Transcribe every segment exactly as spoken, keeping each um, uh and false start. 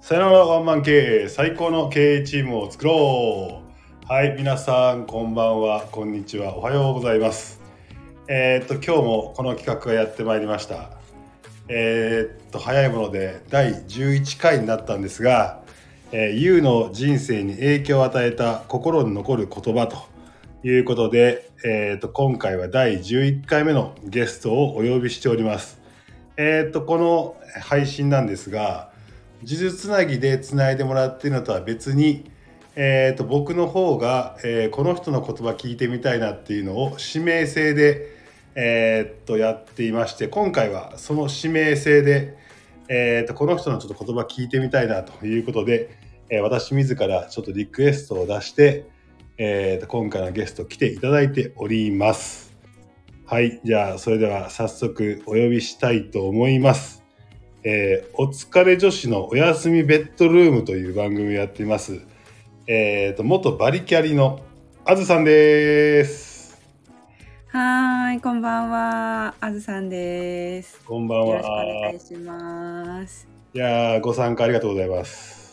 さよならワンマン経営、最高の経営チームを作ろう。はい、皆さんこんばんは、こんにちは、おはようございます。えー、っと今日もこの企画がやってまいりました。えー、っと早いものでだいじゅういっかいになったんですが、えー、ユウの人生に影響を与えた心に残る言葉ということで、えー、っと今回はだいじゅういっかいめのゲストをお呼びしております。えー、っとこの配信なんですが、呪術つなぎでつないでもらっているのとは別に、えー、と僕の方が、えー、この人の言葉聞いてみたいなっていうのを指名制で、えー、とやっていまして、今回はその指名制で、えー、とこの人のちょっと言葉聞いてみたいなということで、えー、私自らちょっとリクエストを出して、えー、と今回のゲスト来ていただいております。はい、じゃあそれでは早速お呼びしたいと思います。えー、お疲れ女子のおやすみベッドルームという番組をやっています、えー、と元バリキャリのあずさんです。 はい、こんばんは、あずさんです。 こんばんは。 よろしくお願いします。 いやー、ご参加ありがとうございます。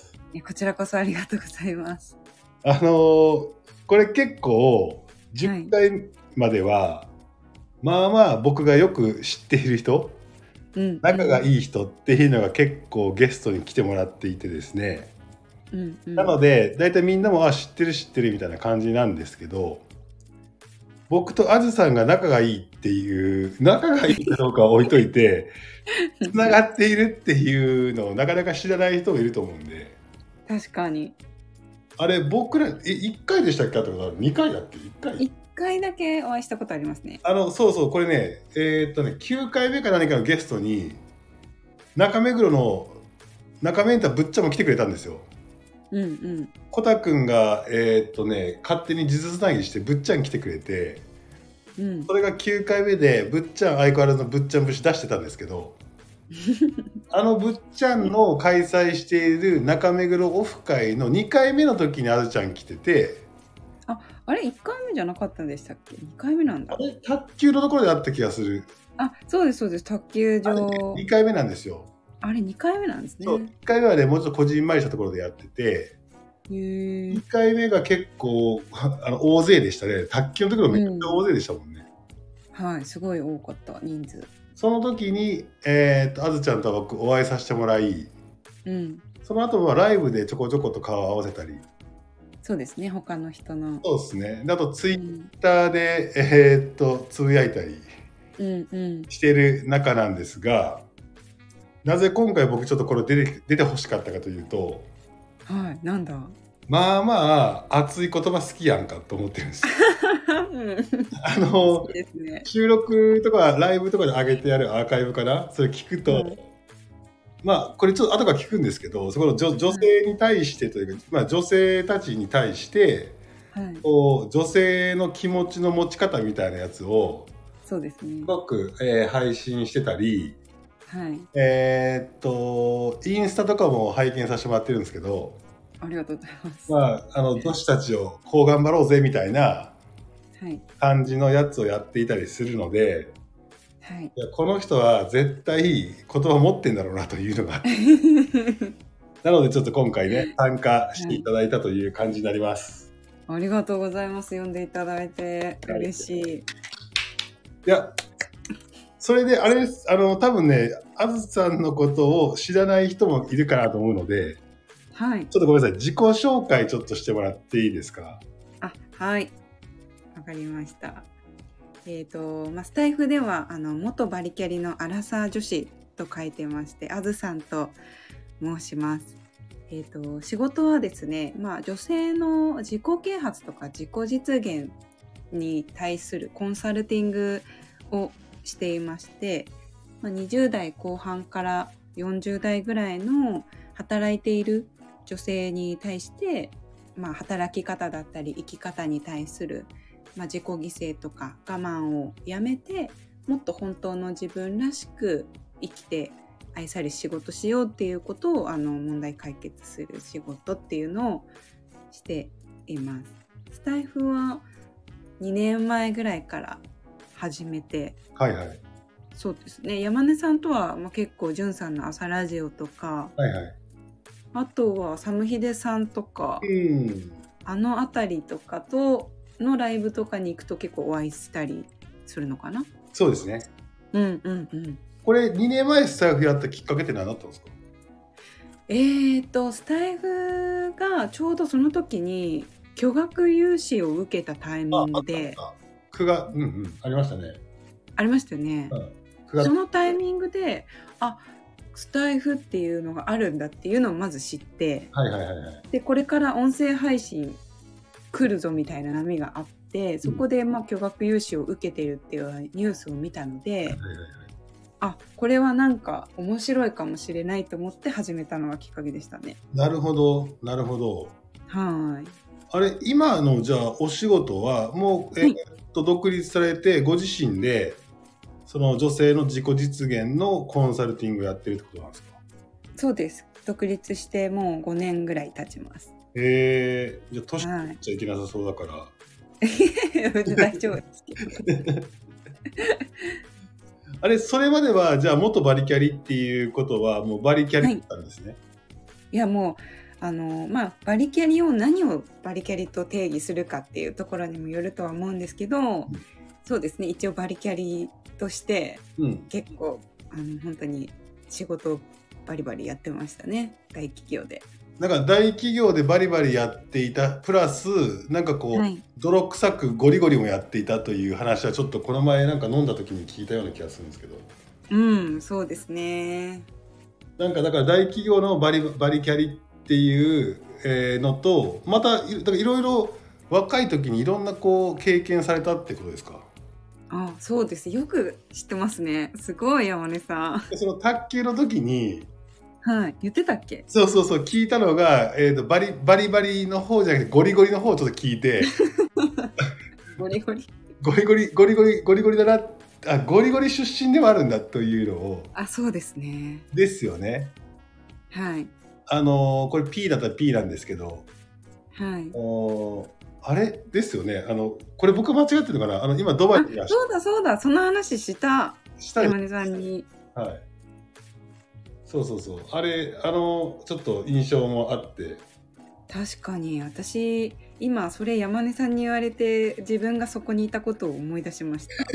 こちらこそありがとうございます。 あのー、これ結構じゅっかいまでは、はい、まあまあ僕がよく知っている人、うん、仲がいい人っていうのが結構ゲストに来てもらっていてですね、うんうん、なのでだいたいみんなもあ知ってる知ってるみたいな感じなんですけど、僕とあずさんが仲がいいっていう仲がいいかどうかは置いといてつながっているっていうのをなかなか知らない人がいると思うんで。 確かに。 あれ僕らえいっかいでしたっけ？あとにかいだっけ？いっかい？ いっかいだけお会いしたことありますね。 あのそうそう、これねえー、っとねきゅうかいめか何かのゲストに中目黒の中目にいたぶっちゃんも来てくれたんですよ。うんうん、コタくんが、えーっとね、勝手に呪術つなぎしてぶっちゃん来てくれて、うん、それがきゅうかいめでぶっちゃん相変わらずのぶっちゃん節出してたんですけどあのぶっちゃんの開催している中目黒オフ会のにかいめの時にあずちゃん来てて、 あ、あれいっかいめじゃなかったんでしたっけ？にかいめなんだ。 あれ卓球のところであった気がする。 あ、そうですそうです、卓球場。 にかいめなんですよ。 あれにかいめなんですね。 そう、いっかいめはねもうちょっとこじんまりしたところでやってて、にかいめが結構あの大勢でしたね。卓球のところめっちゃ大勢でしたもんね、 うん、はい、すごい多かった人数。 その時に、えー、とあずちゃんとは僕お会いさせてもらい、うん、その後はライブでちょこちょこと顔を合わせたり。 そうですね、他の人の。 そうですね。あとツイッターで、うん、えー、っとつぶやいたりしてる中なんですが、うんうん、なぜ今回僕ちょっとこれ出て出て欲しかったかというと、 はい、なんだ。 まあまあ熱い言葉好きやんかと思ってるんですよ。うん、あの、ね、収録とかライブとかで上げてやるアーカイブかな、それ聞くと、うん、まあこれちょっと後から聞くんですけど、そこの 女, 女性に対してというか、はい、まあ、女性たちに対して、はい、こう女性の気持ちの持ち方みたいなやつをそうですね、 すごく、えー、配信してたり、はい、えー、っとインスタとかも拝見させてもらってるんですけど、 ありがとうございます。 まあ、あの女子たちをこう頑張ろうぜみたいな感じのやつをやっていたりするので、はい、いやこの人は絶対言葉持ってんだろうなというのがあってなのでちょっと今回ね参加していただいたという感じになります、 はい、ありがとうございます。読んでいただいて嬉しい。はい、いやそれであれです、あの多分ねあずさんのことを知らない人もいるかなと思うので、はい、ちょっとごめんなさい、自己紹介ちょっとしてもらっていいですか？ あ、はい、わかりました。えーとまあ、スタイフではあの元バリキャリのアラサー女子と書いてまして、あずさんと申します。えーと仕事はですね、まあ、女性の自己啓発とか自己実現に対するコンサルティングをしていまして、まあ、にじゅう代後半からよんじゅう代ぐらいの働いている女性に対して、まあ、働き方だったり生き方に対するまあ、自己犠牲とか我慢をやめて、もっと本当の自分らしく生きて愛され仕事しようっていうことをあの問題解決する仕事っていうのをしています。スタイフはにねんまえぐらいから始めて、 はいはい、 そうですね、山根さんとは、まあ、結構じゅんさんの朝ラジオとか、はいはい、 あとはサムヒデさんとか、 うん、 あの辺りとかとのライブとかに行くと結構お会いしたりするのかな。 そうですね。 うんうんうん。 これにねんまえスタイフやったきっかけって何だったんですか？ えーとスタイフがちょうどその時に巨額融資を受けたタイミングでくがつ、うんうん、ありましたね。 ありましたよね、 うん、くがつそのタイミングであスタイフっていうのがあるんだっていうのをまず知って、 はいはいはいはい、 でこれから音声配信来るぞみたいな波があって、そこでまあ巨額融資を受けてるっていうニュースを見たので、 はいはいはい、 あこれはなんか面白いかもしれないと思って始めたのがきっかけでしたね。 なるほどなるほど。 はい。 あれ今のじゃあお仕事はもう、えーっと独立されてご自身でその女性の自己実現のコンサルティングやってるってことなんですか？ そうです。独立してもうごねんぐらい経ちます。 えー、じゃあ年はい。 取っちゃいけなさそうだから、 別に大丈夫ですけど。 あれそれまではじゃあ元バリキャリっていうことはもうバリキャリだったんですね。はい、 いやもうあのまあバリキャリを何をバリキャリと定義するかっていうところにもよるとは思うんですけど、うん、そうですね、一応バリキャリとして結構、うん、あの本当に仕事をバリバリやってましたね、大企業で。 なんか大企業でバリバリやっていたプラスなんかこう、はい、泥臭くゴリゴリもやっていたという話はちょっとこの前なんか飲んだ時に聞いたような気がするんですけど。 うん、そうですね。 なんかだから大企業のバリバリキャリっていうのとまたいろいろ若い時にいろんなこう経験されたってことですか？ あ、そうです。よく知ってますね。すごい山根さん。 その卓球の時にはい、言ってたっけ？ そうそうそう、聞いたのが、えーと、バリバリバリの方じゃなくてゴリゴリの方をちょっと聞いてゴリゴリゴリゴリゴリゴリゴリゴリだな、あ、ゴリゴリ出身でもあるんだというのを。 あ、そうですね。 ですよね。 はい。 あのこれ P だったら P なんですけど、 はい。 おあれですよね。あのこれ僕間違ってるのかな。あの今ドバイにいらっしゃる。 そうだそうだ、その話したした山根さんに。 はい。そうそうそう。あれあのちょっと印象もあって。 確かに私今それ山根さんに言われて自分がそこにいたことを思い出しました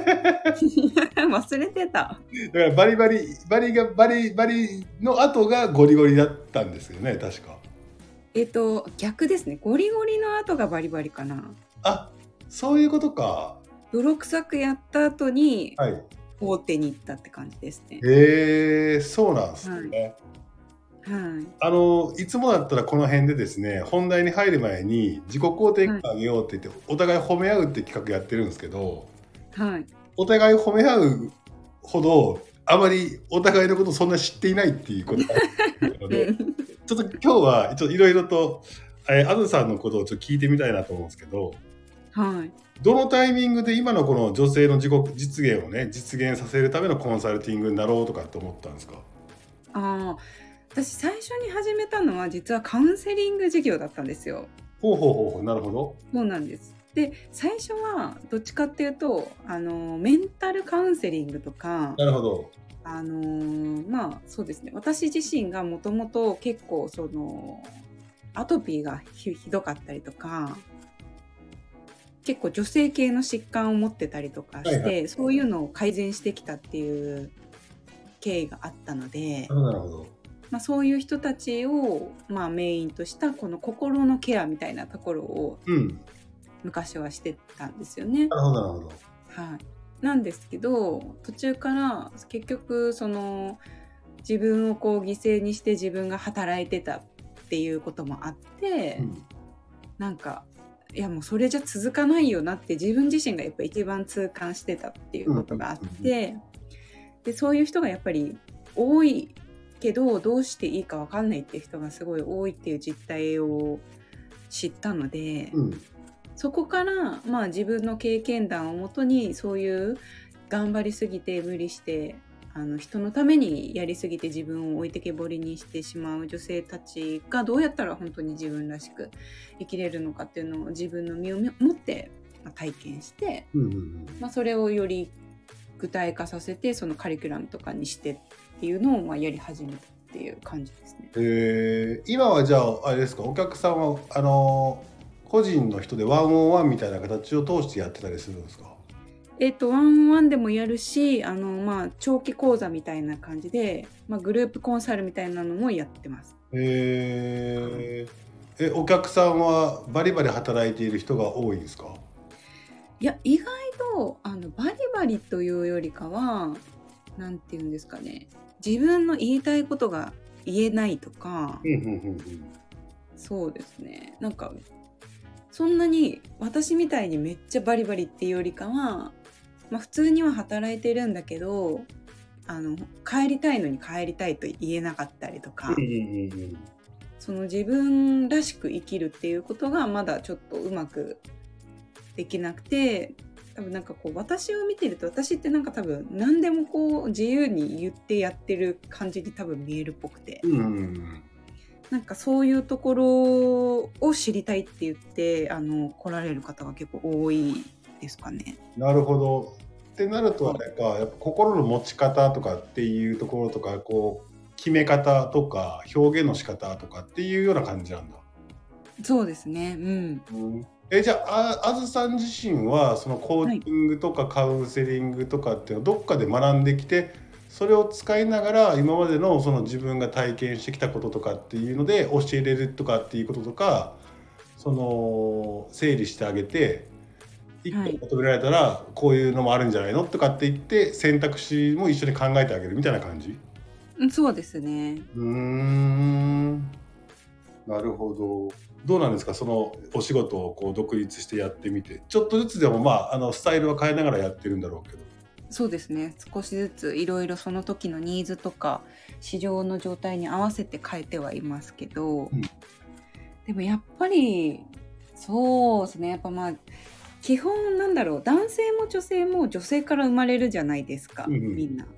忘れてた。 だからバリバリバリがバリバリの後がゴリゴリだったんですよね、確か。 えっと逆ですね、ゴリゴリの後がバリバリかな。 あ、そういうことか。 泥臭くやった後に、 はい、 大手に行ったって感じですね。 へえ、そうなんですね。はいはい、 あのいつもだったらこの辺でですね、本題に入る前に自己肯定感上げようって言って、はい、お互い褒め合うって企画やってるんですけど、はい、お互い褒め合うほどあまりお互いのことをそんな知っていないっていうことがあるのでちょっと今日はいろいろとあずさんのことをちょっと聞いてみたいなと思うんですけど、はい、どのタイミングで今のこの女性の自己実現をね実現させるためのコンサルティングになろうとかって思ったんですか？ あ、私最初に始めたのは実はカウンセリング事業だったんですよ。 ほうほうほうほう、なるほど。 そうなんです。で最初はどっちかっていうとあのメンタルカウンセリングとか、 なるほど、 あのまあそうですね、私自身がもともと結構そのアトピーが ひ, ひどかったりとか、結構女性系の疾患を持ってたりとかして、はいはい、そういうのを改善してきたっていう経緯があったので、 なるほど、 まあ、そういう人たちを、まあ、メインとしたこの心のケアみたいなところを昔はしてたんですよね。 なるほどなるほど、 はい、なんですけど途中から結局その自分をこう犠牲にして自分が働いてたっていうこともあって、うん、なんかいやもうそれじゃ続かないよなって自分自身がやっぱ一番痛感してたっていうことがあって、うん、でそういう人がやっぱり多いけどどうしていいか分かんないっていう人がすごい多いっていう実態を知ったので、うん、そこから、まあ、自分の経験談をもとにそういう頑張りすぎて無理してあの人のためにやりすぎて自分を置いてけぼりにしてしまう女性たちがどうやったら本当に自分らしく生きれるのかっていうのを自分の身をもって体験して、うんうんうんまあ、それをより具体化させてそのカリキュラムとかにしてっていうのをまあやり始めたっっていう感じですね。 えー、今はじゃああれですか、お客さんはあの個人の人でワンオンワンみたいな形を通してやってたりするんですか？ えっと、ワンオンワンでもやるし、あの、まあ、長期講座みたいな感じで、まあ、グループコンサルみたいなのもやってます。 えー、え、お客さんはバリバリ働いている人が多いんですか？ いや、意外と、あの、バリバリというよりかは、なんていうんですかね、自分の言いたいことが言えないとか、 うんうんうんうん。 そうですね、なんか、そんなに私みたいにめっちゃバリバリっていうよりかは、まあ、普通には働いてるんだけど、あの帰りたいのに帰りたいと言えなかったりとか、 うんうんうんうん。 その自分らしく生きるっていうことがまだちょっとうまくできなくて、多分なんかこう私を見てると、私ってなんか多分何でもこう自由に言ってやってる感じに多分見えるっぽくて、 うんうんうん。 なんかそういうところを知りたいって言ってあの来られる方が結構多いですかね。 なるほど。ってなるとあれか、やっぱ心の持ち方とかっていうところとか、こう決め方とか表現の仕方とかっていうような感じなんだ。 そうですね。うん。 うん、え、じゃあ、あ、あずさん自身はそのコーはい。 チングとかカウンセリングとかっていうのをどっかで学んできて、それを使いながら今までのその自分が体験してきたこととかっていうので教えれるとかっていうこととか、その整理してあげて、一個はい。 求められたらこういうのもあるんじゃないのとかって言って選択肢も一緒に考えてあげるみたいな感じ？ うん、そうですね。 うーん、なるほど。どうなんですか、そのお仕事をこう独立してやってみて、ちょっとずつでもまああのスタイルは変えながらやってるんだろうけど。 そうですね。少しずついろいろその時のニーズとか市場の状態に合わせて変えてはいますけど、 うん、 でもやっぱりそうですね。やっぱまあ基本なんだろう、男性も女性も女性から生まれるじゃないですか、 うんうん、 みんな。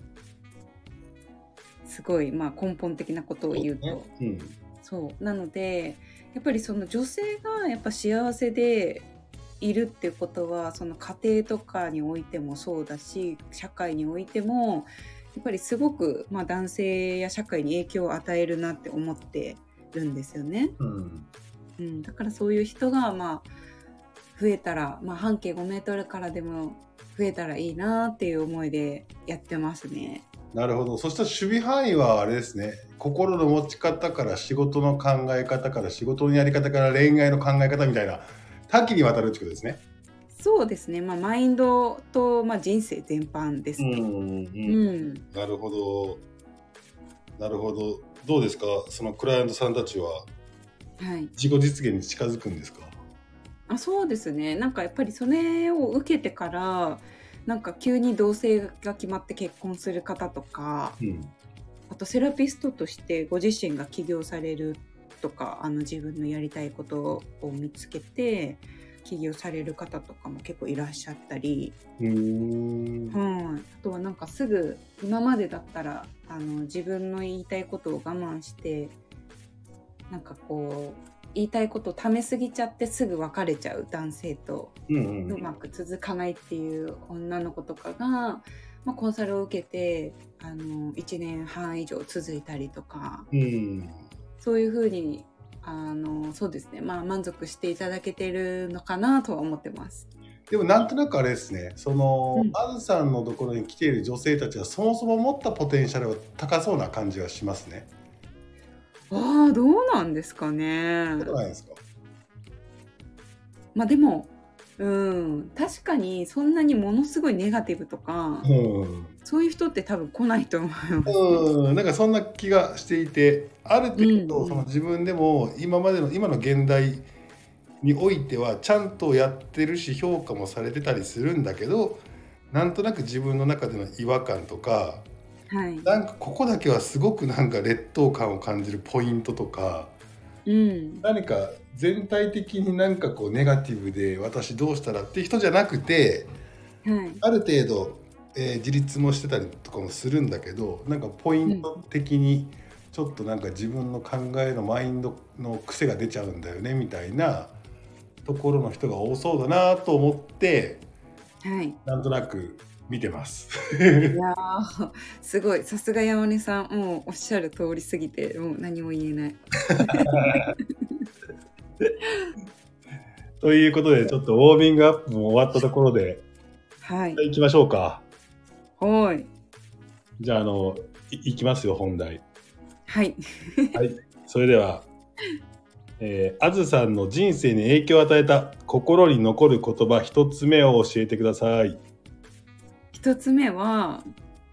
すごいまあ根本的なことをそうですね。 言うと、 うん、 そうなのでやっぱりその女性がやっぱ幸せでいるっていうことは、その家庭とかにおいてもそうだし、社会においてもやっぱりすごく、まあ、男性や社会に影響を与えるなって思ってるんですよね。 うん、 うん、だからそういう人がまあ増えたら、まあ、半径ごメートルからでも増えたらいいなっていう思いでやってますね。 なるほど。そしたら守備範囲はあれですね。心の持ち方から仕事の考え方から仕事のやり方から恋愛の考え方みたいな多岐にわたるってことですね。 そうですね、まあ、マインドと、まあ、人生全般でうんうすね。うん。 ん。 なるほど。なるほど。どうですか、そのクライアントさんたちははい。 自己実現に近づくんですか？ あ、そうですね。なんかやっぱりそれを受けてから、なんか急に同棲が決まって結婚する方とか、 うん。 あとセラピストとしてご自身が起業されるとか、あの自分のやりたいことを見つけて起業される方とかも結構いらっしゃったり、 うーん。 はい。あとはなんかすぐ今までだったらあの自分の言いたいことを我慢してなんかこう言いたいことをためすぎちゃってすぐ別れちゃう男性とうんうんうまく続かないっていう女の子とかが、まあ、コンサルを受けてあのいちねんはん以上続いたりとか、 うん。 そういうふうにあのそうですね、まあ、満足していただけてるのかなとは思ってます。 でもなんとなくあれですね、その、 うん、 あずさんのところに来ている女性たちはそもそも持ったポテンシャルは高そうな感じがしますね。 ああ、どうなんですかね。 そうないですか？ まあでも、うん、確かにそんなにものすごいネガティブとか、 うん。 そういう人って多分来ないと思いますね。 うん、なんかそんな気がしていて、ある程うん度そのうん。 自分でも今までの今の現代においてはちゃんとやってるし評価もされてたりするんだけど、なんとなく自分の中での違和感とか、 はい。 なんかここだけはすごくなんか劣等感を感じるポイントとか、 うん。 何か全体的になんかこうネガティブで私どうしたらっていう人じゃなくて、 はい。 ある程度、えー自立もしてたりとかもするんだけど、なんかポイうん。 ント的にちょっとなんか自分の考えのマインドの癖が出ちゃうんだよねみたいなところの人が多そうだなと思って、 はい。 なんとなく見てます。 いやー、すごい。さすが山根さん。もうおっしゃる通りすぎて、もう何も言えない。 ということで、ちょっとウォーミングアップも終わったところで、 はい。 行きましょうか。 はい。 じゃあ、あの、い、いきますよ、本題。 はい。 はい。それでは、えー、あずさんの人生に影響を与えた心に残る言葉一つ目を教えてください。 一つ目は、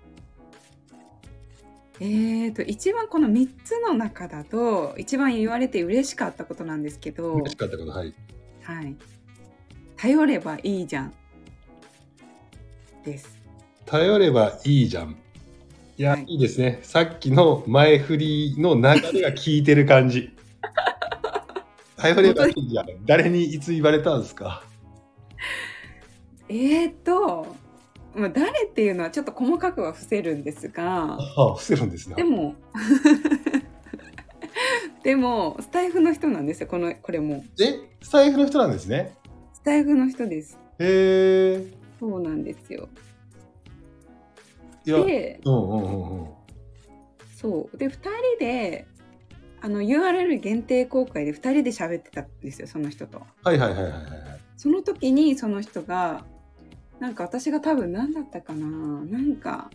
えーと、一番このみっつの中だと、一番言われて嬉しかったことなんですけど、 嬉しかったこと、はい。 はい。頼ればいいじゃん。です。 頼ればいいじゃん。いや、 はい。 いいですね。さっきの前振りの流れが効いてる感じ。頼ればいいじゃん。誰にいつ言われたんですか？ えーと、まあ、誰っていうのはちょっと細かくは伏せるんですが、 ああ、伏せるんですね。 でも、でも、スタイフの人なんですよ、この、これも。 え、スタイフの人なんですね。 スタイフの人です。 へえ。 そうなんですよ。 いや、 で、 うんうんうんうん。 そう。で、ふたりで、あの、ユーアールエル 限定公開でふたりで喋ってたんですよ、その人と。 はいはいはいはいはい。 その時にその人が、なんか私が多分何だったかな、なんか、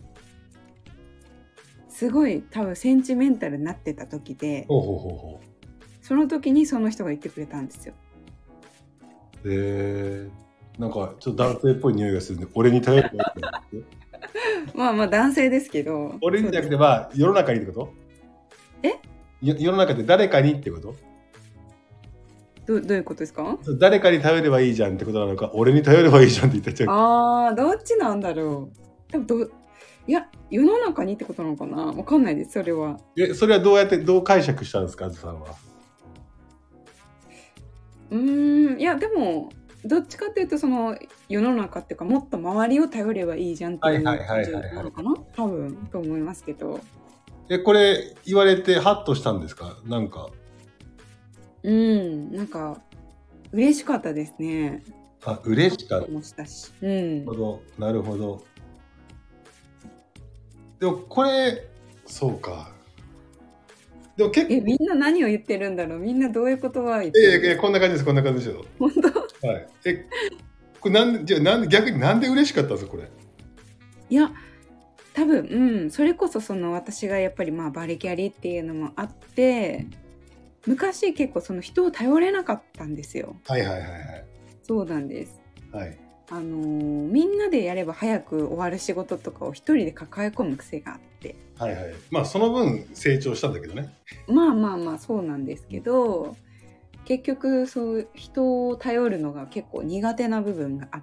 すごい多分センチメンタルになってた時で、 ほうほうほうほその時にその人が言ってくれたんですよ。 う。へえ。なんかちょっと男性っぽい匂いがするんで、俺に頼ればいいんだって。 まあまあ男性ですけど。 俺にじゃなくて、まあ世の中にってこと？ えよ世の中で誰かにってこと？ どどういうことですか？ 誰かに頼ればいいじゃんってことなのか、俺に頼ればいいじゃんって言ったっちゃう。 ああ、どっちなんだろう。多分ど、いや、世の中にってことなのかな、わかんないです、それは。 え、それはどうやってどう解釈したんですか、あずさんは。 うーん、いや、でも、どっちかっていうと、その、世の中っていうか、もっと周りを頼ればいいじゃんっていう感じなのかな、多分、と思いますけど。 え、これ言われてハッとしたんですか？なんか。 うん、なんか、嬉しかったですね。 あ、嬉しかった。 もしたし。うん。 なるほど、なるほど。でもこれ、そうか。でも結構、 え、みんな何を言ってるんだろう、みんなどういう言葉を言っええ、 てるんですか？ えこんな感じです、こんな感じですよ。 本当？ はい。え、これなんで、じゃあなんで、逆になんで嬉しかったんですか、これ。 いや、多分、うん、それこそその私がやっぱりまあバリキャリっていうのもあって、昔結構その人を頼れなかったんですよ。 はいはいはいはい。 そうなんです。 はい。 あのーみんなでやれば早く終わる仕事とかを一人で抱え込む癖があって、 はいはい。まあその分成長したんだけどね。 まあまあまあそうなんですけど、結局そう人を頼るのが結構苦手な部分があって、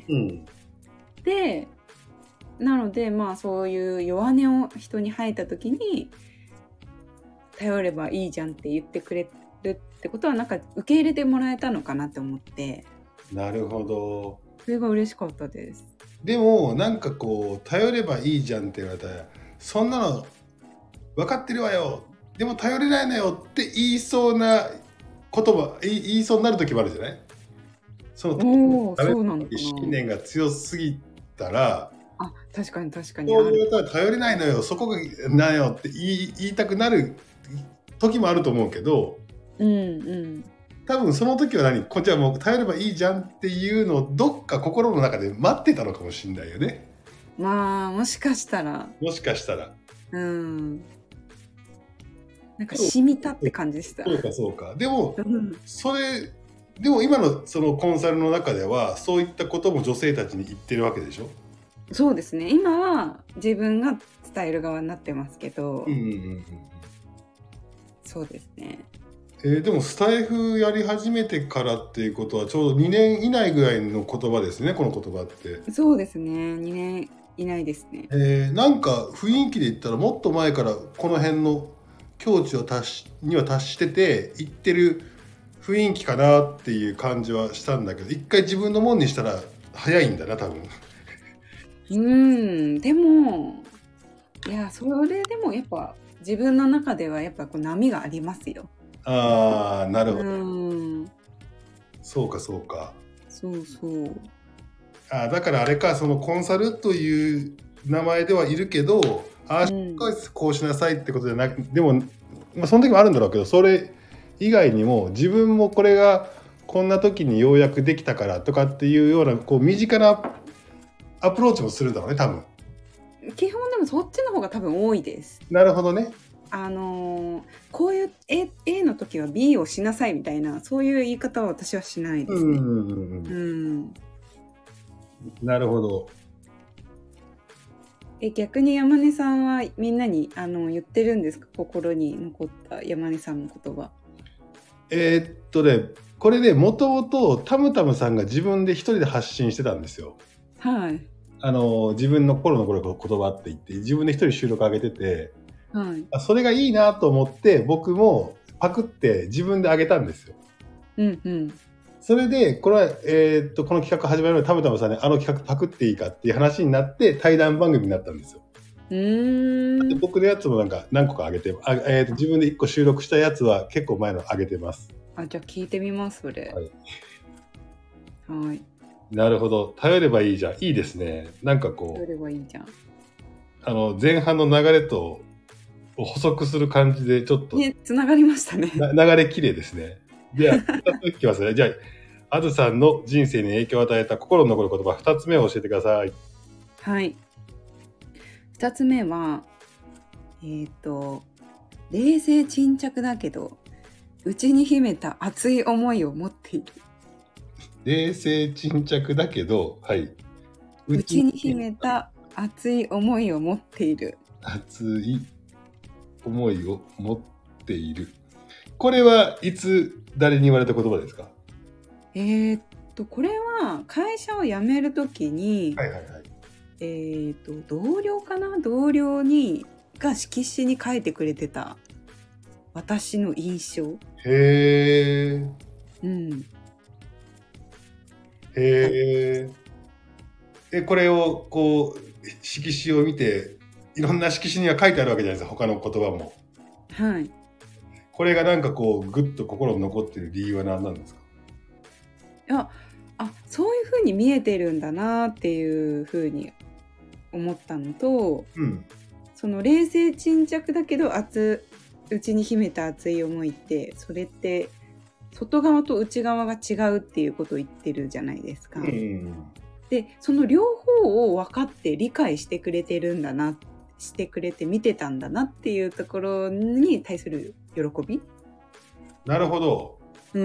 うん。 で、なのでまあそういう弱音を人に吐いた時に頼ればいいじゃんって言ってくれるってことは、なんか受け入れてもらえたのかなって思って、 なるほど。 それが嬉しかったです。 でもなんかこう頼ればいいじゃんって言われたら、そんなの分かってるわよ。でも頼れないのよって言いそうな言葉、言い言いそうになる時もあるじゃない？そのおお、 頼れそうなのかない信な。 念が強すぎたら、 あ、確かに確かにあそう言わる。 れたら頼れないのよ、そこがなよって言い言いたくなる時もあると思うけど、 うんうん。 多分その時は何、こっちはもう頼ればいいじゃんっていうのをどっか心の中で待ってたのかもしれないよね。 まあもしかしたら、 もしかしたら。 うん。なんかでも染みたって感じでした。 そうかそうか。でもうんそれでも今のそのコンサルの中ではそういったことも女性たちに言ってるわけでしょ？ そうですね。今は自分が伝える側になってますけど、 うんうんうんうん。 そうですね。 えーでもスタイフやり始めてからっていうことはちょうどにねん以内ぐらいの言葉ですね、この言葉って。 そうですね。にねんいないですね。 えーなんか雰囲気で言ったらもっと前からこの辺の境地を達しには達してて言ってる雰囲気かなっていう感じはしたんだけど、一回自分のもんにしたら早いんだな多分。 うーん、でも、いや、それでもやっぱ自分の中ではやっぱこう波がありますよ。 ああ、なるうほど。 ーん、 そうかそうか。 そうそう。 あだからあれか、そのコンサルという名前ではいるけど、ああ、 うん、 こうしなさいってことじゃなく、でも、まあ、その時もあるんだろうけど、それ以外にも自分もこれがこんな時にようやくできたからとかっていうようなこう身近なアプローチもするんだろうね、多分。 基本でもそっちの方が多分多いです。 なるほどね。 あのーこういう A, A の時は B をしなさいみたいな、そういう言い方は私はしないですね。 うんうんうんううんん。 なるほど。 え、逆に山根さんはみんなにあの言ってるんですか？心に残った山根さんの言葉。 えーっとね、これね、もともとタムタムさんが自分で一人で発信してたんですよ。 はい。 あの自分の心の声の言葉って言って自分で一人収録上げてて、 はい。 あそれがいいなと思って僕もパクって自分で上げたんですよ。 うんうん。 それでこれは、えーっとこの企画始まる前にタムタムさんにあの企画パクっていいかっていう話になって対談番組になったんですよ。 うーん。 で僕のやつもなんか何個か上げてあ、えーっと自分でいっこ収録したやつは結構前の上げてます。 あ、じゃあ聞いてみますそれ。 はいはい。 なるほど。頼ればいいじゃん。いいですね。なんかこそうれはいいじゃん。 あの前半の流れとを補足する感じでちょっと、 ね、つながりましたね。 な流れきれいですね。じゃあふたついきますね。じゃああずさんの人生に影響を与えた心に残る言葉ふたつめを教えてください。 はい。ふたつめはえっ、と冷静沈着だけど内に秘めた熱い思いを持っている。 冷静沈着だけど、はい。 内に秘めた熱い思いを持っている。 熱い思いを持っている。これはいつ誰に言われた言葉ですか？ えーっとこれは会社を辞めるときに、 はいはいはい。 えーっと同僚かな同僚にが色紙に書いてくれてた私の印象。 へー。 うんへー。え、これをこう色紙を見て、いろんな色紙には書いてあるわけじゃないですか、他の言葉も。 はい。 これがなんかこうぐっと心に残っている理由は何なんですか？ いやあそういう風に見えてるんだなっていう風に思ったのと、 うん。 その冷静沈着だけど熱内に秘めた熱い思いって、それって外側と内側が違うっていうことを言ってるじゃないですか。 うん。 でその両方を分かって理解してくれてるんだなしてくれて見てたんだなっていうところに対する喜び。 なるほど。 うん。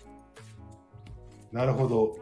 なるほど。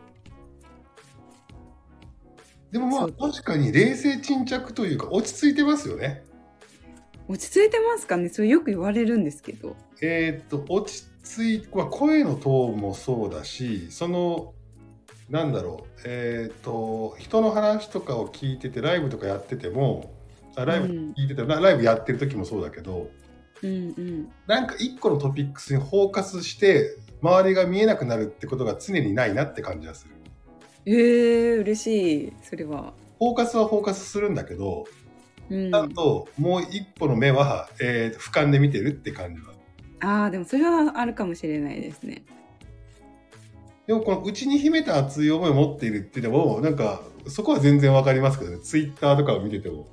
でもまあそう確かに冷静沈着というか落ち着いてますよね。 落ち着いてますかね。それよく言われるんですけど。 えーっと落ち着いて、まあ、声のトーンもそうだし、そのなんだろう、えーっと人の話とかを聞いててライブとかやってても、あライブ聞いてて、ラライブやってる時もそうだけど、 うんうんなんか一個のトピックスにフォーカスして周りが見えなくなるってことが常にないなって感じがする。 えー、嬉しいそれは。 フォーカスはフォーカスするんだけど、 うんちゃんともう一歩の目は、えー、俯瞰で見てるって感じは。 あーでもそれはあるかもしれないですね。 でもこの内に秘めた熱い思いを持っているっていうのもなんかそこは全然わかりますけどね。ツイッターとかを見てても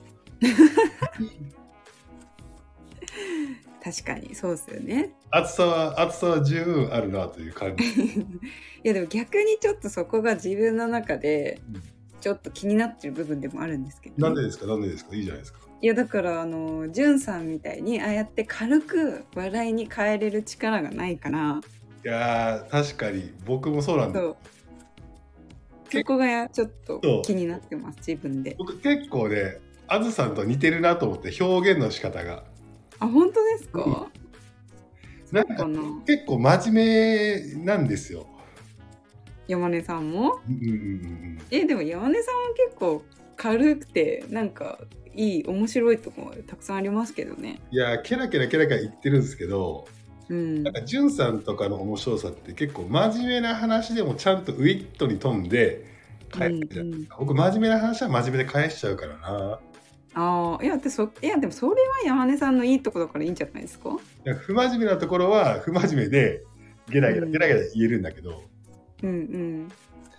確かにそうですよね。 熱さは熱さは十分あるなという感じ。 いやでも逆にちょっとそこが自分の中でうんちょっと気になってる部分でもあるんですけど、 なんでですかなんでですかいいじゃないですか。 いやだからあのじゅんさんみたいにああやって軽く笑いに変えれる力がないから、 いやー確かに僕もそうなんです。 そうそこがちょっと気になってます自分で。 僕結構ねあずさんと似てるなと思って表現の仕方があ本当ですか？ うんなんかそうかな。 結構真面目なんですよ。 山根さんもうんうんうんうんえでも山根さんは結構軽くてなんかいい面白いところたくさんありますけどね。 いやケラケラケラケラ言ってるんですけど、 うんなんかじゅんさんとかの面白さって結構真面目な話でもちゃんとウィットに富んで返すじゃないですか。僕真面目な話は真面目で返しちゃうからな。 ああいやでそいやでもそれは山根さんのいいところだからいいんじゃないですか？ 不真面目なところは不真面目でゲラゲラうんゲラゲラ言えるんだけど、 うんうん。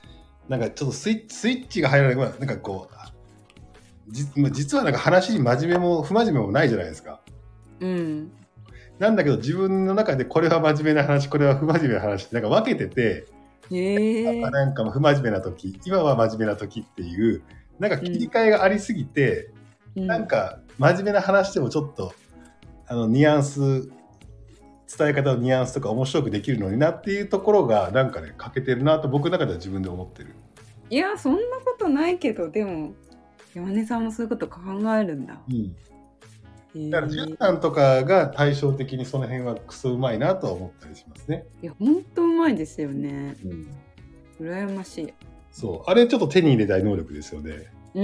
なんかちょっとスイッチ、スイッチが入らない、まあなんかこう、じ実はなんか話に真面目も不真面目もないじゃないですか。 うん。 なんだけど自分の中でこれは真面目な話、これは不真面目な話ってなんか分けてて、 へえ。 なんか不真面目な時、今は真面目な時っていうなんか切り替えがありすぎて、うん、なんか真面目な話でもちょっとあのニュアンス、伝え方のニュアンスとか面白くできるのになっていうところがなんかね欠けてるなと僕の中では自分で思ってる。 いやそんなことないけど、でも山根さんもそういうこと考えるんだ。 うん、だからじゅんさんとかが対照的にその辺はクソうまいなとは思ったりしますね。 いやほんとうまいですよね、うん、羨ましい。 そう、あれちょっと手に入れたい能力ですよね。 うん。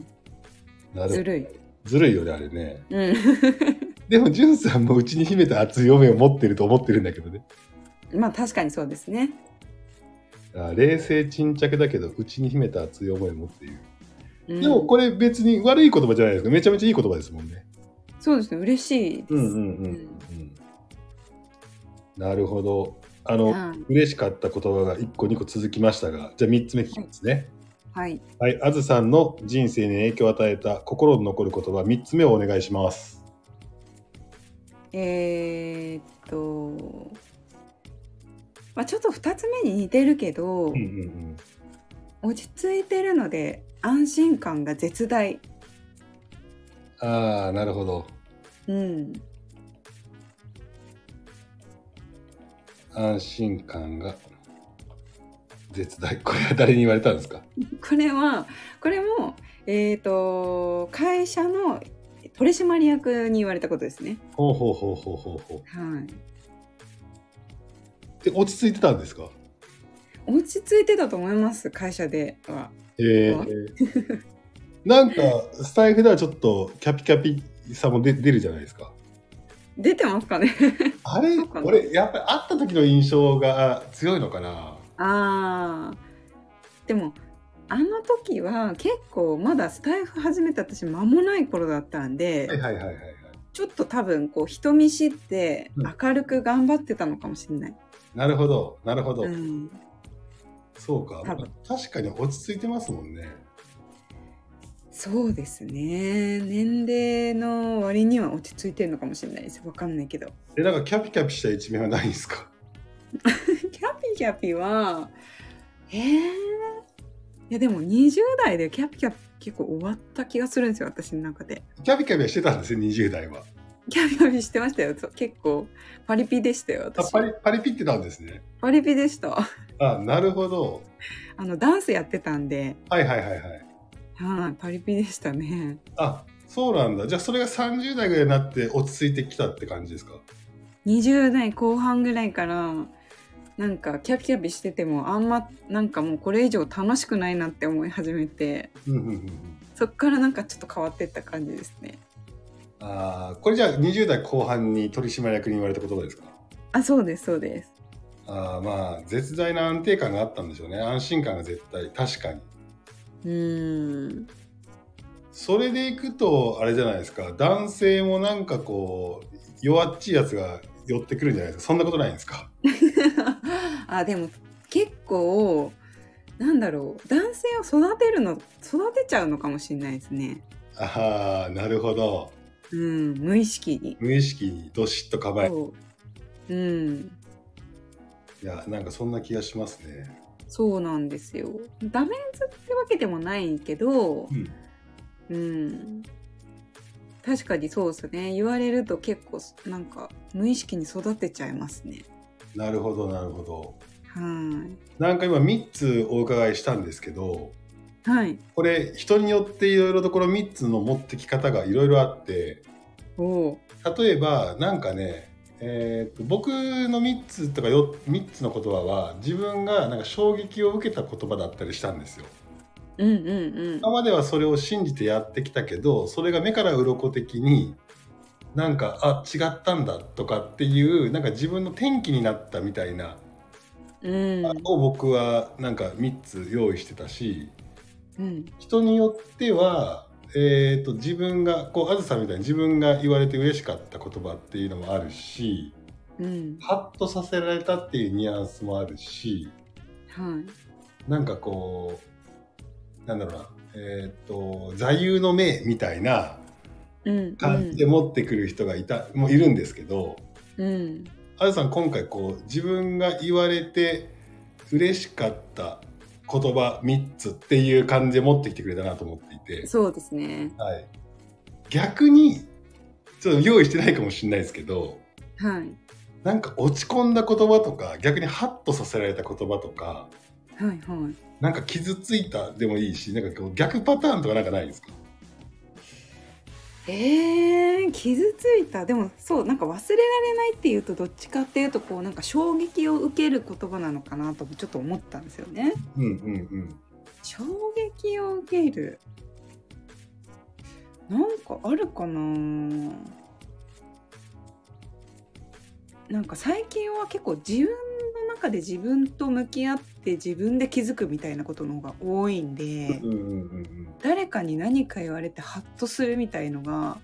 なるずるい。 ずるいよねあれね。 うん。 でもじゅんさんもうちに秘めた熱い嫁を持ってると思ってるんだけどね。 まあ確かにそうですね。 あ、冷静沈着だけどうちに秘めた熱い思いを持っている。うん、でもこれ別に悪い言葉じゃないですか。めちゃめちゃいい言葉ですもんね。 そうですね、嬉しいです。うんうんうん、うん、 なるほど。あの、はい、嬉しかった言葉がいっこにこ続きましたが、じゃあみっつめ聞きますね。 はい。 はい、あずさんの人生に影響を与えた心に残る言葉みっつめをお願いします。 えー、っと、まあ、ちょっとふたつめに似てるけど、うんうんうん、落ち着いてるので安心感が絶大。 ああ、なるほど。 うん。 安心感が絶大。これは誰に言われたんですか？ これはこれもえっと会社の取締役に言われたことですね。 ほうほうほうほうほうほう。はい。 で落ち着いてたんですか？ 落ち着いてたと思います、会社では。 えー、なんかスタイフではちょっとキャピキャピさも出るじゃないですか。 出てますかね。 あれ、俺やっぱり会った時の印象が強いのかな。 あー、でもあの時は結構まだスタイフ始めた私間もない頃だったんで、 はいはいはいはい、はい、 ちょっと多分こう人見知って明るく頑張ってたのかもしれない。 うん、なるほどなるほど、うん、そうか、確かに落ち着いてますもんね。 そうですね、年齢の割には落ち着いてるのかもしれないです。わかんないけど。 え、なんかキャピキャピした一面はないんですか？ キャピキャピはえー、いやでもにじゅう代でキャピキャピ結構終わった気がするんですよ、私の中で。 キャピキャピはしてたんですよ、にじゅう代は。 キャピキャピしてましたよ。結構パリピでしたよ、私。 あ、パリ、パリピってたんですね。 パリピでした。 あ、なるほど。 あのダンスやってたんで。 はいはいはいはい。 はい、パリピでしたね。 あ、そうなんだ。じゃあそれがさんじゅう代ぐらいになって落ち着いてきたって感じですか？ にじゅう代後半ぐらいからなんかキャピキャピしててもあんまなんかもうこれ以上楽しくないなって思い始めて、うんうんうん、そっからなんかちょっと変わっていった感じですね。 あ、これじゃあにじゅう代後半に取締役に言われた言葉ですか？ あ、そうですそうです。 あ、まあ絶大な安定感があったんでしょうね。安心感が絶対、確かに。うーん、それでいくとあれじゃないですか、男性もなんかこう弱っちいやつが寄ってくるんじゃないですか。そんなことないんですか？ あ、でも結構なんだろう、男性を育てるの育てちゃうのかもしれないですね。 ああ、なるほど。 うん、無意識に無意識にどしっと構える。 うん、 いや、なんかそんな気がしますね。 そうなんですよ。ダメンズってわけでもないけど、うんうん、確かにそうですね。言われると結構なんか無意識に育てちゃいますね。 なるほどなるほど。 はい。 なんか今みっつお伺いしたんですけど、 はい。 これ人によっていろいろところみっつの持ってき方がいろいろあって、お例えばなんかね、えー、と僕のみっつとかよみっつの言葉は自分がなんか衝撃を受けた言葉だったりしたんですよ。うんうんうん、今まではそれを信じてやってきたけど、それが目から鱗的になんかあ違ったんだとかっていうなんか自分の転機になったみたいな、うん、を僕はなんかみっつ用意してたし、うん、人によっては、えー、と自分がこうあずさみたいに自分が言われて嬉しかった言葉っていうのもあるし、うん、ハッとさせられたっていうニュアンスもあるし、はい、 なんかこうなんだろうな、えー、っと座右の銘みたいな感じで持ってくる人がいた、うん、もういるんですけど、 うん、 あずさん今回こう自分が言われて嬉しかった言葉みっつっていう感じで持ってきてくれたなと思っていて、 そうですね、 はい、逆にちょっと用意してないかもしれないですけど、 はい、 なんか落ち込んだ言葉とか逆にハッとさせられた言葉とか、 はいはい、 なんか傷ついたでもいいし、なんかこう逆パターンとかなんかないですか？ えー、傷ついた。でもそうなんか忘れられないっていうとどっちかっていうとこうなんか衝撃を受ける言葉なのかなとちょっと思ったんですよね。 うんうんうん。 衝撃を受けるなんかあるかな。なんか最近は結構自分の中で自分と向き合って自分で気づくみたいなことの方が多いんで、 うんうんうんうん、 誰かに何か言われてハッとするみたいのが、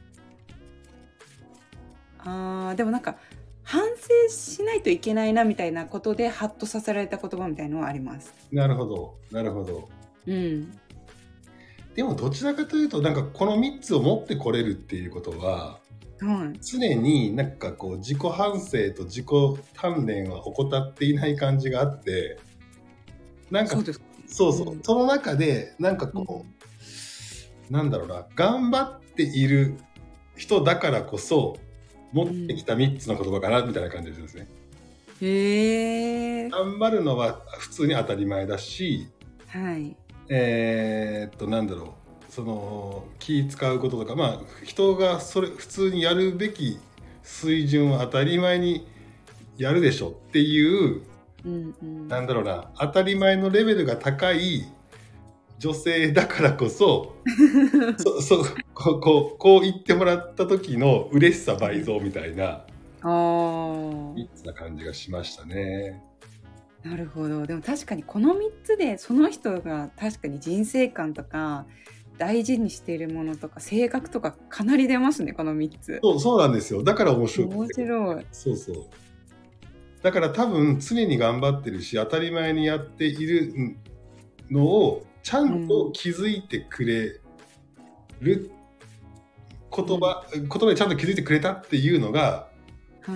あーでもなんか反省しないといけないなみたいなことでハッとさせられた言葉みたいのはあります。 なるほどなるほど。 うん。 でもどちらかというとなんかこのみっつを持ってこれるっていうことは、 はい、 常になんかこう自己反省と自己鍛錬は怠っていない感じがあって、なんかそうです。 そうそう、 うん、 その中でなんかこう、うん、なんだろうな、頑張っている人だからこそ持ってきたみっつの言葉かなみたいな感じですね。 うん、へー、 頑張るのは普通に当たり前だし、 はい、 えー、っとなんだろう、その気使うこととか、まあ人がそれ普通にやるべき水準は当たり前にやるでしょっていう、 うんうん、 なんだろうな、当たり前のレベルが高い女性だからこそそそこうこうこう言ってもらった時の嬉しさ倍増みたいなみっつな感じがしましたね。 なるほど。でも確かにこのみっつでその人が確かに人生観とか大事にしているものとか性格とかかなり出ますね、このみっつ。 そうそうなんですよ。だから面白い。 面白い。 そうそう。だから多分常に頑張ってるし当たり前にやっているのをちゃんと気づいてくれる言葉、うん、言葉でちゃんと気づいてくれたっていうのが、 はい、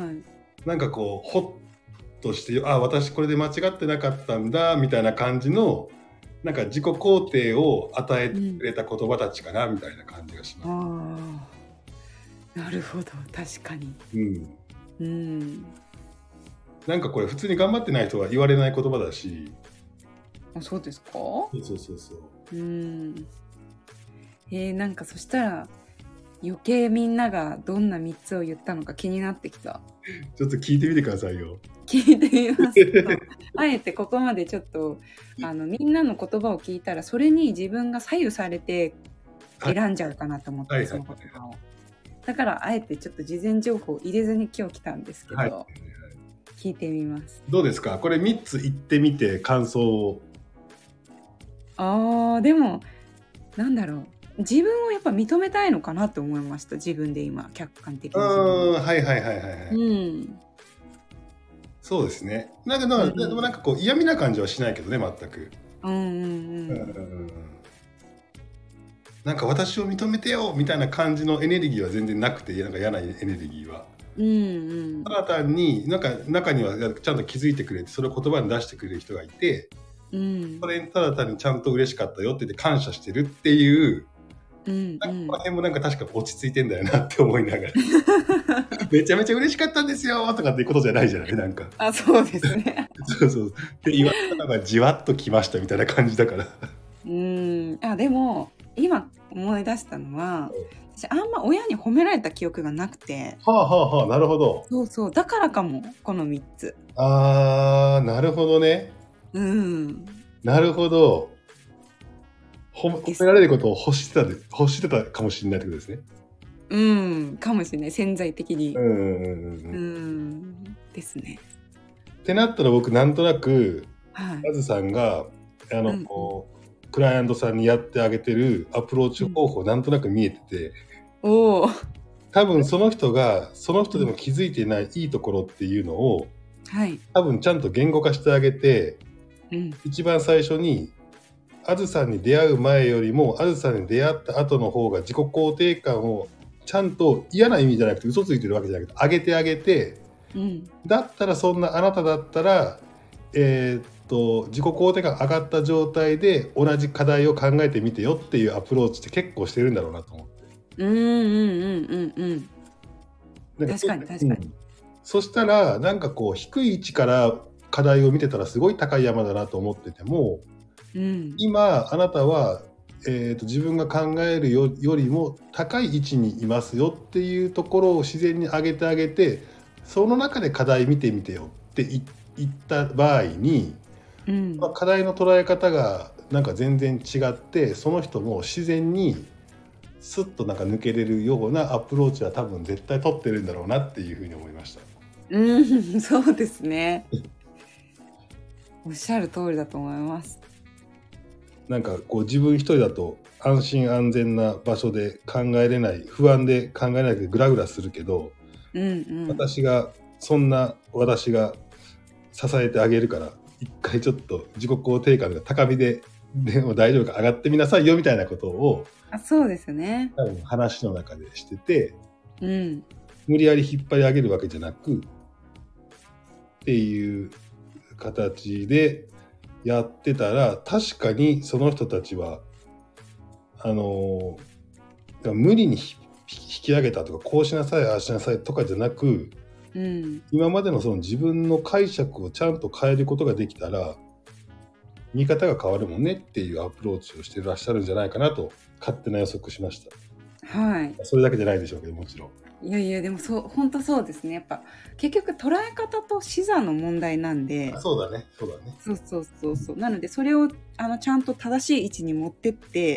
なんかこうホッとして、あ、私これで間違ってなかったんだみたいな感じのなんか自己肯定を与えてくれた言葉たちかな、うん、みたいな感じがします。 あ、なるほど、確かに。 うん、 うん、 なんかこれ普通に頑張ってない人は言われない言葉だし。 あ、そうですか？ そうそうそうそう。 うん。えー、なんかそしたら余計みんながどんなみっつを言ったのか気になってきた。 ちょっと聞いてみてくださいよ。 聞いてみますとあえてここまでちょっとあのみんなの言葉を聞いたらそれに自分が左右されて選んじゃうかなと思って、はい、その言葉を、はい、だからあえてちょっと事前情報を入れずに今日来たんですけど、はいはい、聞いてみます。 どうですかこれみっつ言ってみて感想を。 あーでもなんだろう、自分をやっぱ認めたいのかなと思いました。自分で今客観的に自分。 うん、はいはいはいはい、はい、うん、そうですね。なんか、うん、でもなんかこう嫌味な感じはしないけどね、全く。うんうんうん。うん、なんか私を認めてよみたいな感じのエネルギーは全然なくて、なんか嫌なエネルギーは。うんうん、ただ単になんか中にはちゃんと気づいてくれて、それを言葉に出してくれる人がいて、うん、それにただ単にちゃんと嬉しかったよって言って感謝してるっていう。うんうん、この辺もなんか確か落ち着いてんだよなって思いながらめちゃめちゃ嬉しかったんですよとかっていうことじゃないじゃない、なんか。 あ、そうですねそうそうって言われたのがじわっときましたみたいな感じだからうーん、あ、でも今思い出したのは、私あんま親に褒められた記憶がなくて。 はあはあはあ、なるほど。 そうそう、だからかもこのみっつ。 あー、なるほどね。 うん、 なるほど。褒められることを欲してたで欲してたかもしれないってことですね。 うん、かもしれない、潜在的に。うんうんうんうん。うんですね。 ってなったら僕なんとなく、はい、あずさんがあの、うん、こうクライアントさんにやってあげてるアプローチ方法、うん、なんとなく見えてて、お多分その人がその人でも気づいてないいいところっていうのを、はい、多分ちゃんと言語化してあげて、 うん、 一番最初にあずさんに出会う前よりもあずさんに出会った後の方が自己肯定感をちゃんと嫌な意味じゃなくて嘘ついてるわけじゃなくて上げてあげて、 うん、 だったらそんなあなただったら、えーっと自己肯定感上がった状態で同じ課題を考えてみてよっていうアプローチって結構してるんだろうなと思って。 うんうんうんうんうん。 なんか確かに確かに。 うん、そしたらなんかこう低い位置から課題を見てたらすごい高い山だなと思ってても、 うん、 今あなたは、えーと自分が考える よ, よりも高い位置にいますよっていうところを自然に上げてあげて、その中で課題見てみてよって言った場合に、 うん、 まあ、課題の捉え方がなんか全然違って、その人も自然にスッとなんか抜けれるようなアプローチは多分絶対取ってるんだろうなっていうふうに思いました。 うん、そうですね。おっしゃる通りだと思います。 なんかこう自分一人だと安心安全な場所で考えれない、不安で考えれないでグラグラするけど、 うんうん、 私がそんな私が支えてあげるから一回ちょっと自己肯定感が高みででも大丈夫か上がってみなさいよみたいなことをあ、そうですね。 多分話の中でしてて、 うん、 無理やり引っ張り上げるわけじゃなくっていう形でやってたら、確かにその人たちはあの無理に引き上げたとかこうしなさいああしなさいとかじゃなく、 うん、 今までのその自分の解釈をちゃんと変えることができたら見方が変わるもんねっていうアプローチをしていらっしゃるんじゃないかなと勝手な予測しました。 はい。 それだけじゃないでしょうけどもちろん。 いやいやでもそう本当そうですね。やっぱ結局捉え方と視座の問題なんで。 そうだねそうだね。 そうそうそうそう。なのでそれをあのちゃんと正しい位置に持ってって、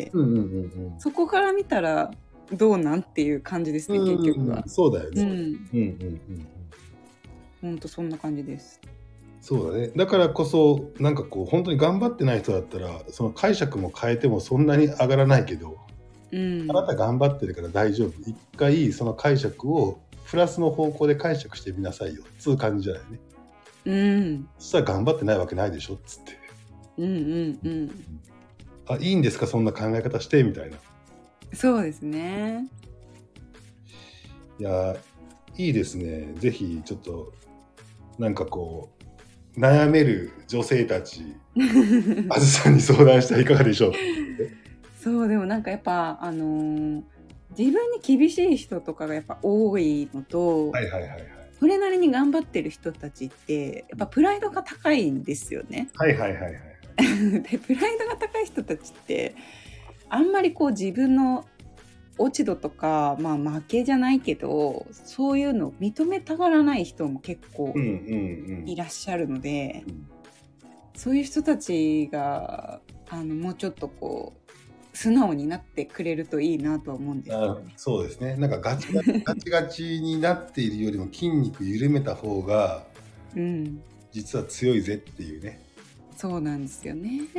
うんうんうんうん、 そこから見たらどうなんっていう感じですね、 うんうんうん、 結局は。 そうだよね。 うん。 うんうんうんうん。 本当そんな感じです。 そうだね。だからこそなんかこう本当に頑張ってない人だったらその解釈も変えてもそんなに上がらないけど、 うん、 あなた頑張ってるから大丈夫。一回その解釈をプラスの方向で解釈してみなさいよ。つう感じじゃないね。 うん、 そしたら頑張ってないわけないでしょっつって。 うんうんうん。 あ、いいんですかそんな考え方してみたいな。 そうですね。 いやいいですね。ぜひちょっとなんかこう悩める女性たちあずさんに相談したらいかがでしょう。 そうでもなんかやっぱあのー、自分に厳しい人とかがやっぱ多いのと、 はいはいはいはい。 それなりに頑張ってる人たちってやっぱプライドが高いんですよね。 はいはいはいはい。 でプライドが高い人たちってあんまりこう自分の落ち度とか、まあ、負けじゃないけどそういうのを認めたがらない人も結構いらっしゃるので、 うんうんうん、 そういう人たちがあのもうちょっとこう素直になってくれるといいなとは思うんですよね。 そうですね。なんかガチガチガチガチになっているよりも筋肉緩めた方が、うん、実は強いぜっていうね。 そうなんですよね。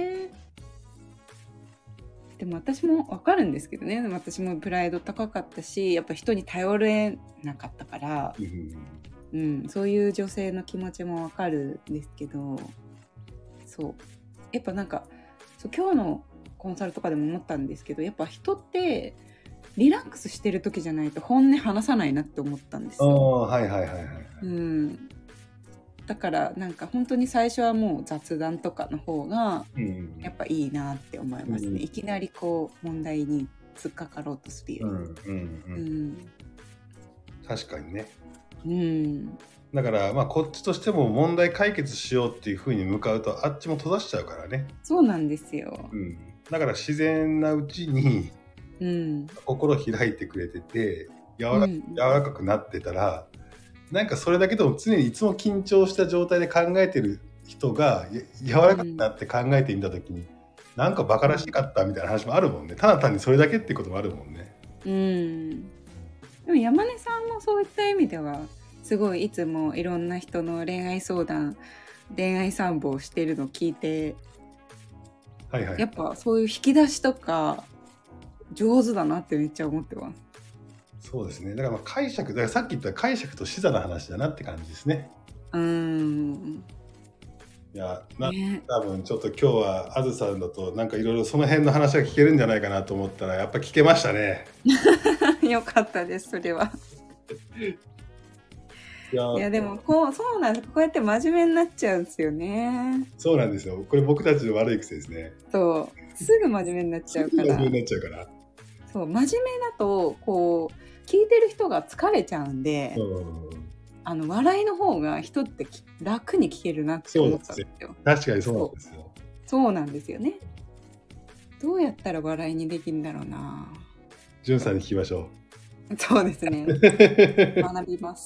でも私も分かるんですけどね。でも私もプライド高かったし、やっぱ人に頼れなかったから、うん、うん、そういう女性の気持ちも分かるんですけど、そうやっぱなんかそう今日のコンサルとかでも思ったんですけど、やっぱ人ってリラックスしてる時じゃないと本音話さないなって思ったんですよ。 はいはいはいはい、 うん、だからなんか本当に最初はもう雑談とかの方がやっぱいいなって思いますね、うん、いきなりこう問題に突っかかろうとするより、うんうんうんうん、 確かにね、 うん、 だからまあこっちとしても問題解決しようっていう風に向かうとあっちも閉ざしちゃうからね。 そうなんですよ、 うん、だから自然なうちに、うん、心開いてくれてて柔ら、うん、柔らかくなってたらなんかそれだけでも常にいつも緊張した状態で考えてる人が柔らかくなって考えてみたときに、うん、なんかバカらしかったみたいな話もあるもんね。ただ単にそれだけっていうこともあるもんね。 うん。でも山根さんもそういった意味ではすごいいつもいろんな人の恋愛相談恋愛散歩をしてるのを聞いて、はいはい、やっぱそういう引き出しとか上手だなってめっちゃ思ってます。 そうですね。だからまあ解釈、だからさっき言った解釈と視座の話だなって感じですね。 うーん。 いやな、 ね、 多分ちょっと今日はあずさんだとなんかいろいろその辺の話が聞けるんじゃないかなと思ったらやっぱ聞けましたね。 よかったですそれは。 いやいやでもこうそうなんです。こうやって真面目になっちゃうんですよね。 そうなんですよ。これ僕たちの悪い癖ですね。 そうすぐ真面目になっちゃうから真面目になっちゃうから。 そう真面目だとこう聞いてる人が疲れちゃうんで、 うん、 あの笑いの方が人って楽に聞けるなって思ったんですよ。 確かにそうなんですよ。 そう、そうなんですよね。どうやったら笑いにできるんだろうな。 じゅんさんに聞きましょう。そうですね。 う。 学びます。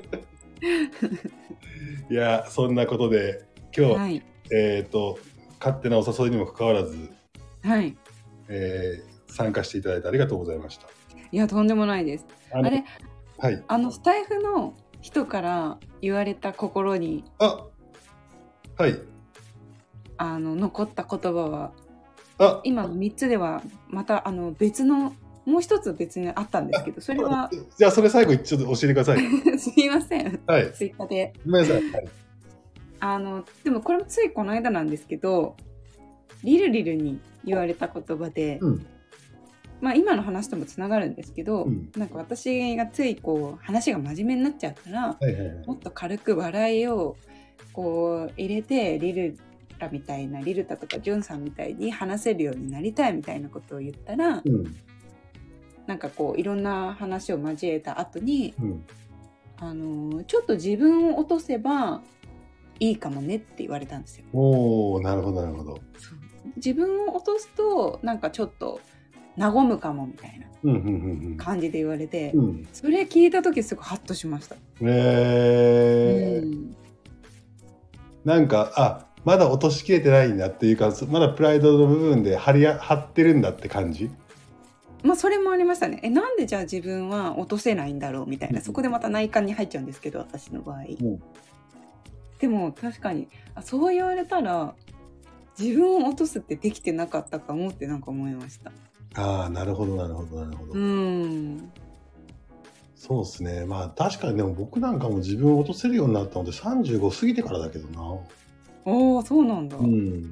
いやそんなことで今日、はい、えっ、ー、と勝手なお誘いにもかかわらず、 はい、 えー、参加していただいてありがとうございました。 いやとんでもないです。あ, あれ、 はい、 あのスタイフの人から言われた心にあはいあの残った言葉はあ今のみっつではまたあの別のもう一つ別にあったんですけど、それはじゃあそれ最後ちょっと教えてください。 すいません、 はい、 ツイッターでごめんなさい、はい、 あのでもこれもついこの間なんですけど、リルリルに言われた言葉で、うん、まあ今の話ともつながるんですけど、うん、なんか私がついこう話が真面目になっちゃったら、はいはいはい、もっと軽く笑いをこう入れてリルラみたいなリルタとかジュンさんみたいに話せるようになりたいみたいなことを言ったら、うん、なんかこういろんな話を交えた後に、うん、あのちょっと自分を落とせばいいかもねって言われたんですよ。 おー、なるほどなるほど。 自分を落とすとなんかちょっと和むかもみたいな感じで言われて、うんうんうん、それ聞いた時すごいハッとしました。 へー、うん、なんかあまだ落としきれてないんだっていうか、まだプライドの部分で張り張ってるんだって感じ。 まあそれもありましたね。えなんでじゃあ自分は落とせないんだろうみたいな、うん、そこでまた内観に入っちゃうんですけど私の場合、うん、でも確かにあそう言われたら自分を落とすってできてなかったかもってなんか思いました。 ああなるほどなるほどなるほど。 うんそうですね。まあ確かにでも僕なんかも自分を落とせるようになったのでさんじゅうご過ぎてからだけどな。 ああそうなんだ。 うん。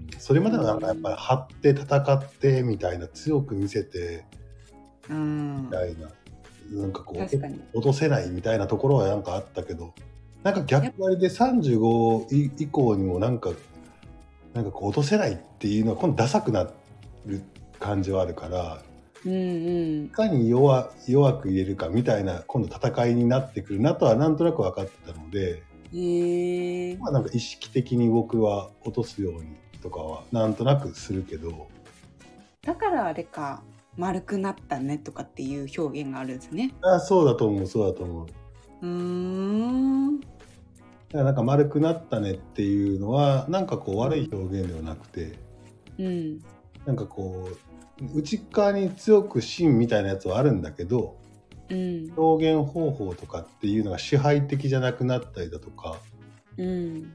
それまではなんかやっぱり張って戦ってみたいな、強く見せてみたいな、なんかこう落とせないみたいなところはなんかあったけど、なんか逆割でさんじゅうご以降にもなんかなんかこう落とせないっていうのは今度ダサくなる感じはあるから、うんうん、いかに 弱, 弱く入れるかみたいな今度戦いになってくるなとはなんとなく分かってたので、 へー、 まあ、なんか意識的に僕は落とすようにとかはなんとなくするけど、 だからあれか丸くなったねとかっていう表現があるんですね。 あ、そうだと思うそうだと思う。 うーん、 だからなんか丸くなったねっていうのはなんかこう悪い表現ではなくて、うん、なんかこう内側に強く芯みたいなやつはあるんだけど、うん、表現方法とかっていうのが支配的じゃなくなったりだとか、うん、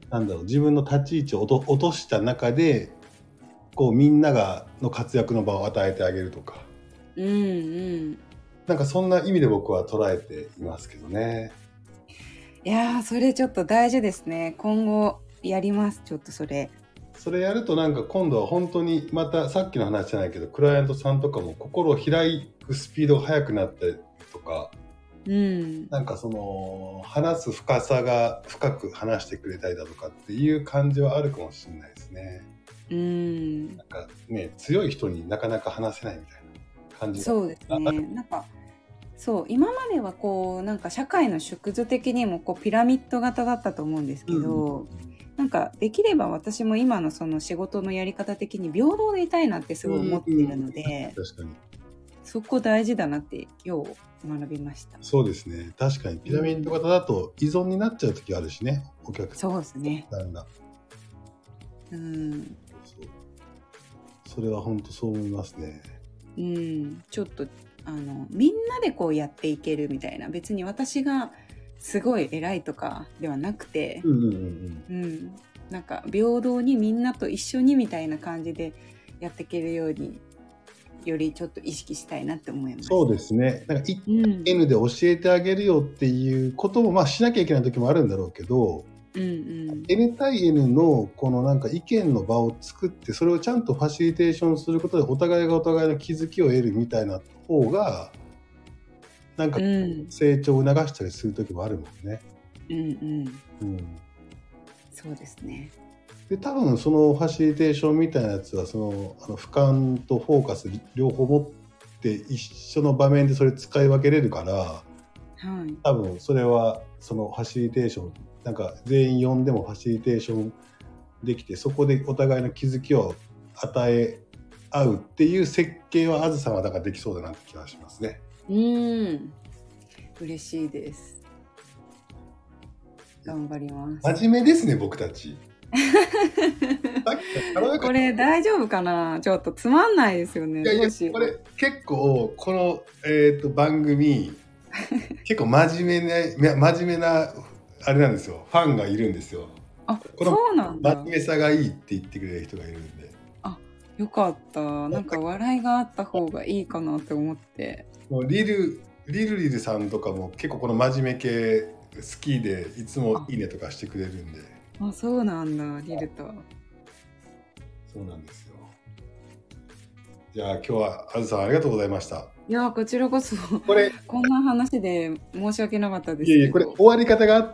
なんだろう自分の立ち位置を落 と, 落とした中でこうみんながの活躍の場を与えてあげるとか、うんうん、なんかそんな意味で僕は捉えていますけどね。 いやーそれちょっと大事ですね。今後やります。ちょっとそれそれやるとなんか今度は本当にまたさっきの話じゃないけどクライアントさんとかも心を開くスピードが速くなったりとか、うん、なんかその話す深さが深く話してくれたりだとかっていう感じはあるかもしれないですね。うん、なんかね強い人になかなか話せないみたいな感じが。 そうですね。なんかそう今まではこうなんか社会の縮図的にもこうピラミッド型だったと思うんですけど、うん、なんかできれば私も今のその仕事のやり方的に平等でいたいなってすごい思っているので、 うん、確かにそこ大事だなって今日学びました。 そうですね。確かにピラミッド型だと依存になっちゃう時あるしね、お客さん。 そうですね。 うん。そうそれは本当そう思いますね。 うん。ちょっとあのみんなでこうやっていけるみたいな、別に私がすごい偉いとかではなくて、うんうんうんうん、なんか平等にみんなと一緒にみたいな感じでやっていけるようによりちょっと意識したいなって思います。 そうですね。なんか いちたいエヌ で教えてあげるよっていうこともまあしなきゃいけない時もあるんだろうけど、 うんうん、 N 対 N のこのなんか意見の場を作ってそれをちゃんとファシリテーションすることでお互いがお互いの気づきを得るみたいな方がなんか成長を促したりする時もあるもんね。 うんうんうん、 そうですね。 で多分そのファシリテーションみたいなやつはそのあの俯瞰とフォーカス両方持って一緒の場面でそれ使い分けれるから、はい、多分それはそのファシリテーションなんか全員呼んでもファシリテーションできてそこでお互いの気づきを与え合うっていう設計はあずさんはだからできそうだなって気がしますね。 うん、嬉しいです。頑張ります。 真面目ですね僕たち。 これ大丈夫かな。ちょっとつまんないですよね。 いやいや、どうしよう。これ結構この、えーと、番組結構真面目な真面目なあれなんですよ。ファンがいるんですよ。 あ、そうなんだ。 真面目さがいいって言ってくれる人がいるんで。 あ、よかった。なんか笑いがあった方がいいかなって思って。 もうリルリルリルさんとかも結構この真面目系好きでいつもいいねとかしてくれるんで。 あ、そうなんだ。リルと。 そうなんですよ。じゃあ今日はあずさんありがとうございました。 いやこちらこそこれこんな話で申し訳なかったですけど。 いやいやこれ終わり方があって、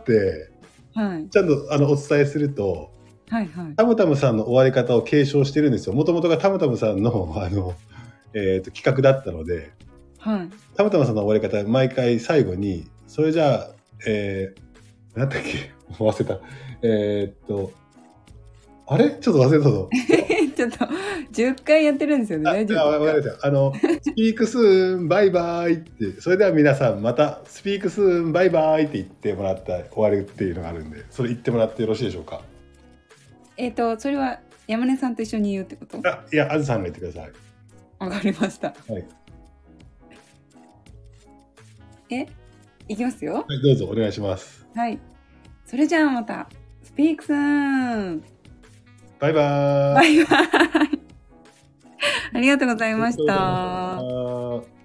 はい、 ちゃんとあのお伝えすると、 はいはい、 タムタムさんの終わり方を継承してるんですよ。もともとがタムタムさんのあの、えー、と企画だったので、 はい、 タムタムさんの終わり方毎回最後にそれじゃあ、えー、なんだっけ忘れたえー、っとあれちょっと忘れたぞちょっとじゅっかいやってるんですよね。大丈夫ですか？ あのスピークスーンバイバイってそれでは皆さんまたスピークスーンバイバイって言ってもらった終わりっていうのがあるんでそれ言ってもらってよろしいでしょうか。 えっとそれは山根さんと一緒に言うってこと？ あいやあずさんが言ってください。 わかりました。はい。えいきますよ。 はいどうぞお願いします。 はい。それじゃあまたスピークスーンバイバーイ。 バイバイ。ありがとうございました。